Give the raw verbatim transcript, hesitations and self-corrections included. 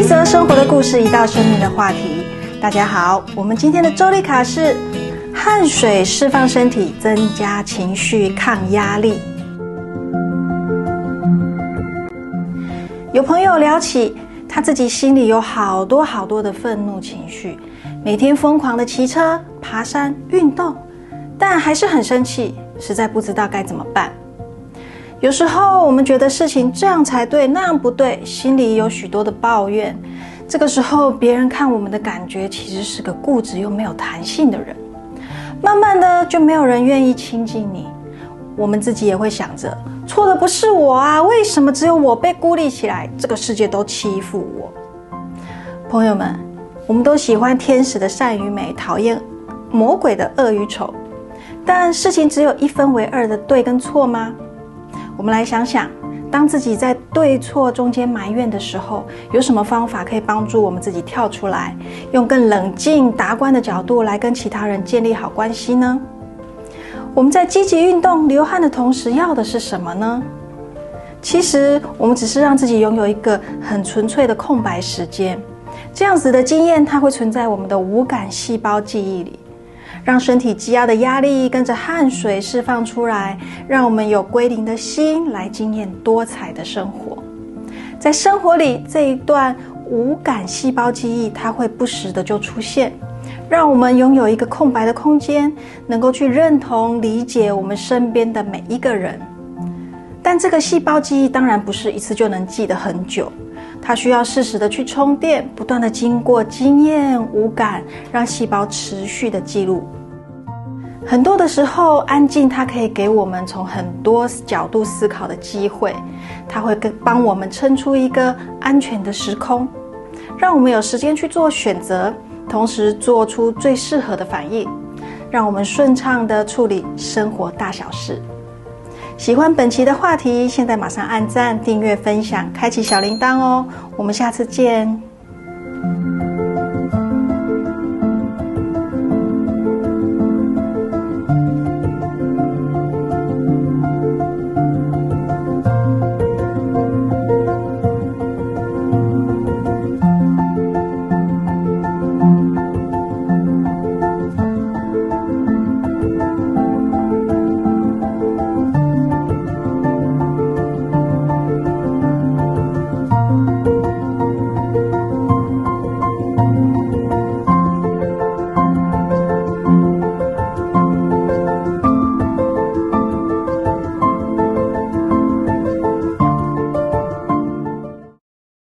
则生活的故事，一道生命的话题。大家好，我们今天的周历卡是汗水释放身体，增加情绪，抗压力。有朋友聊起他自己心里有好多好多的愤怒情绪，每天疯狂的骑车、爬山、运动，但还是很生气，实在不知道该怎么办。有时候我们觉得事情这样才对，那样不对，心里有许多的抱怨。这个时候别人看我们的感觉其实是个固执又没有弹性的人，慢慢的就没有人愿意亲近你。我们自己也会想着，错的不是我啊，为什么只有我被孤立起来，这个世界都欺负我。朋友们，我们都喜欢天使的善与美，讨厌魔鬼的恶与丑，但事情只有一分为二的对跟错吗？我们来想想，当自己在对错中间埋怨的时候，有什么方法可以帮助我们自己跳出来，用更冷静达观的角度来跟其他人建立好关系呢？我们在积极运动流汗的同时要的是什么呢？其实我们只是让自己拥有一个很纯粹的空白时间，这样子的经验它会存在我们的五感细胞记忆里，让身体积压的压力跟着汗水释放出来，让我们有归零的心来经验多彩的生活。在生活里，这一段五感细胞记忆它会不时的就出现，让我们拥有一个空白的空间，能够去认同理解我们身边的每一个人。但这个细胞记忆当然不是一次就能记得很久，它需要适时的去充电，不断的经过经验五感，让细胞持续的记录。很多的时候，安静它可以给我们从很多角度思考的机会，它会帮我们撑出一个安全的时空，让我们有时间去做选择，同时做出最适合的反应，让我们顺畅的处理生活大小事。喜欢本期的话题，现在马上按赞、订阅、分享，开启小铃铛哦！我们下次见。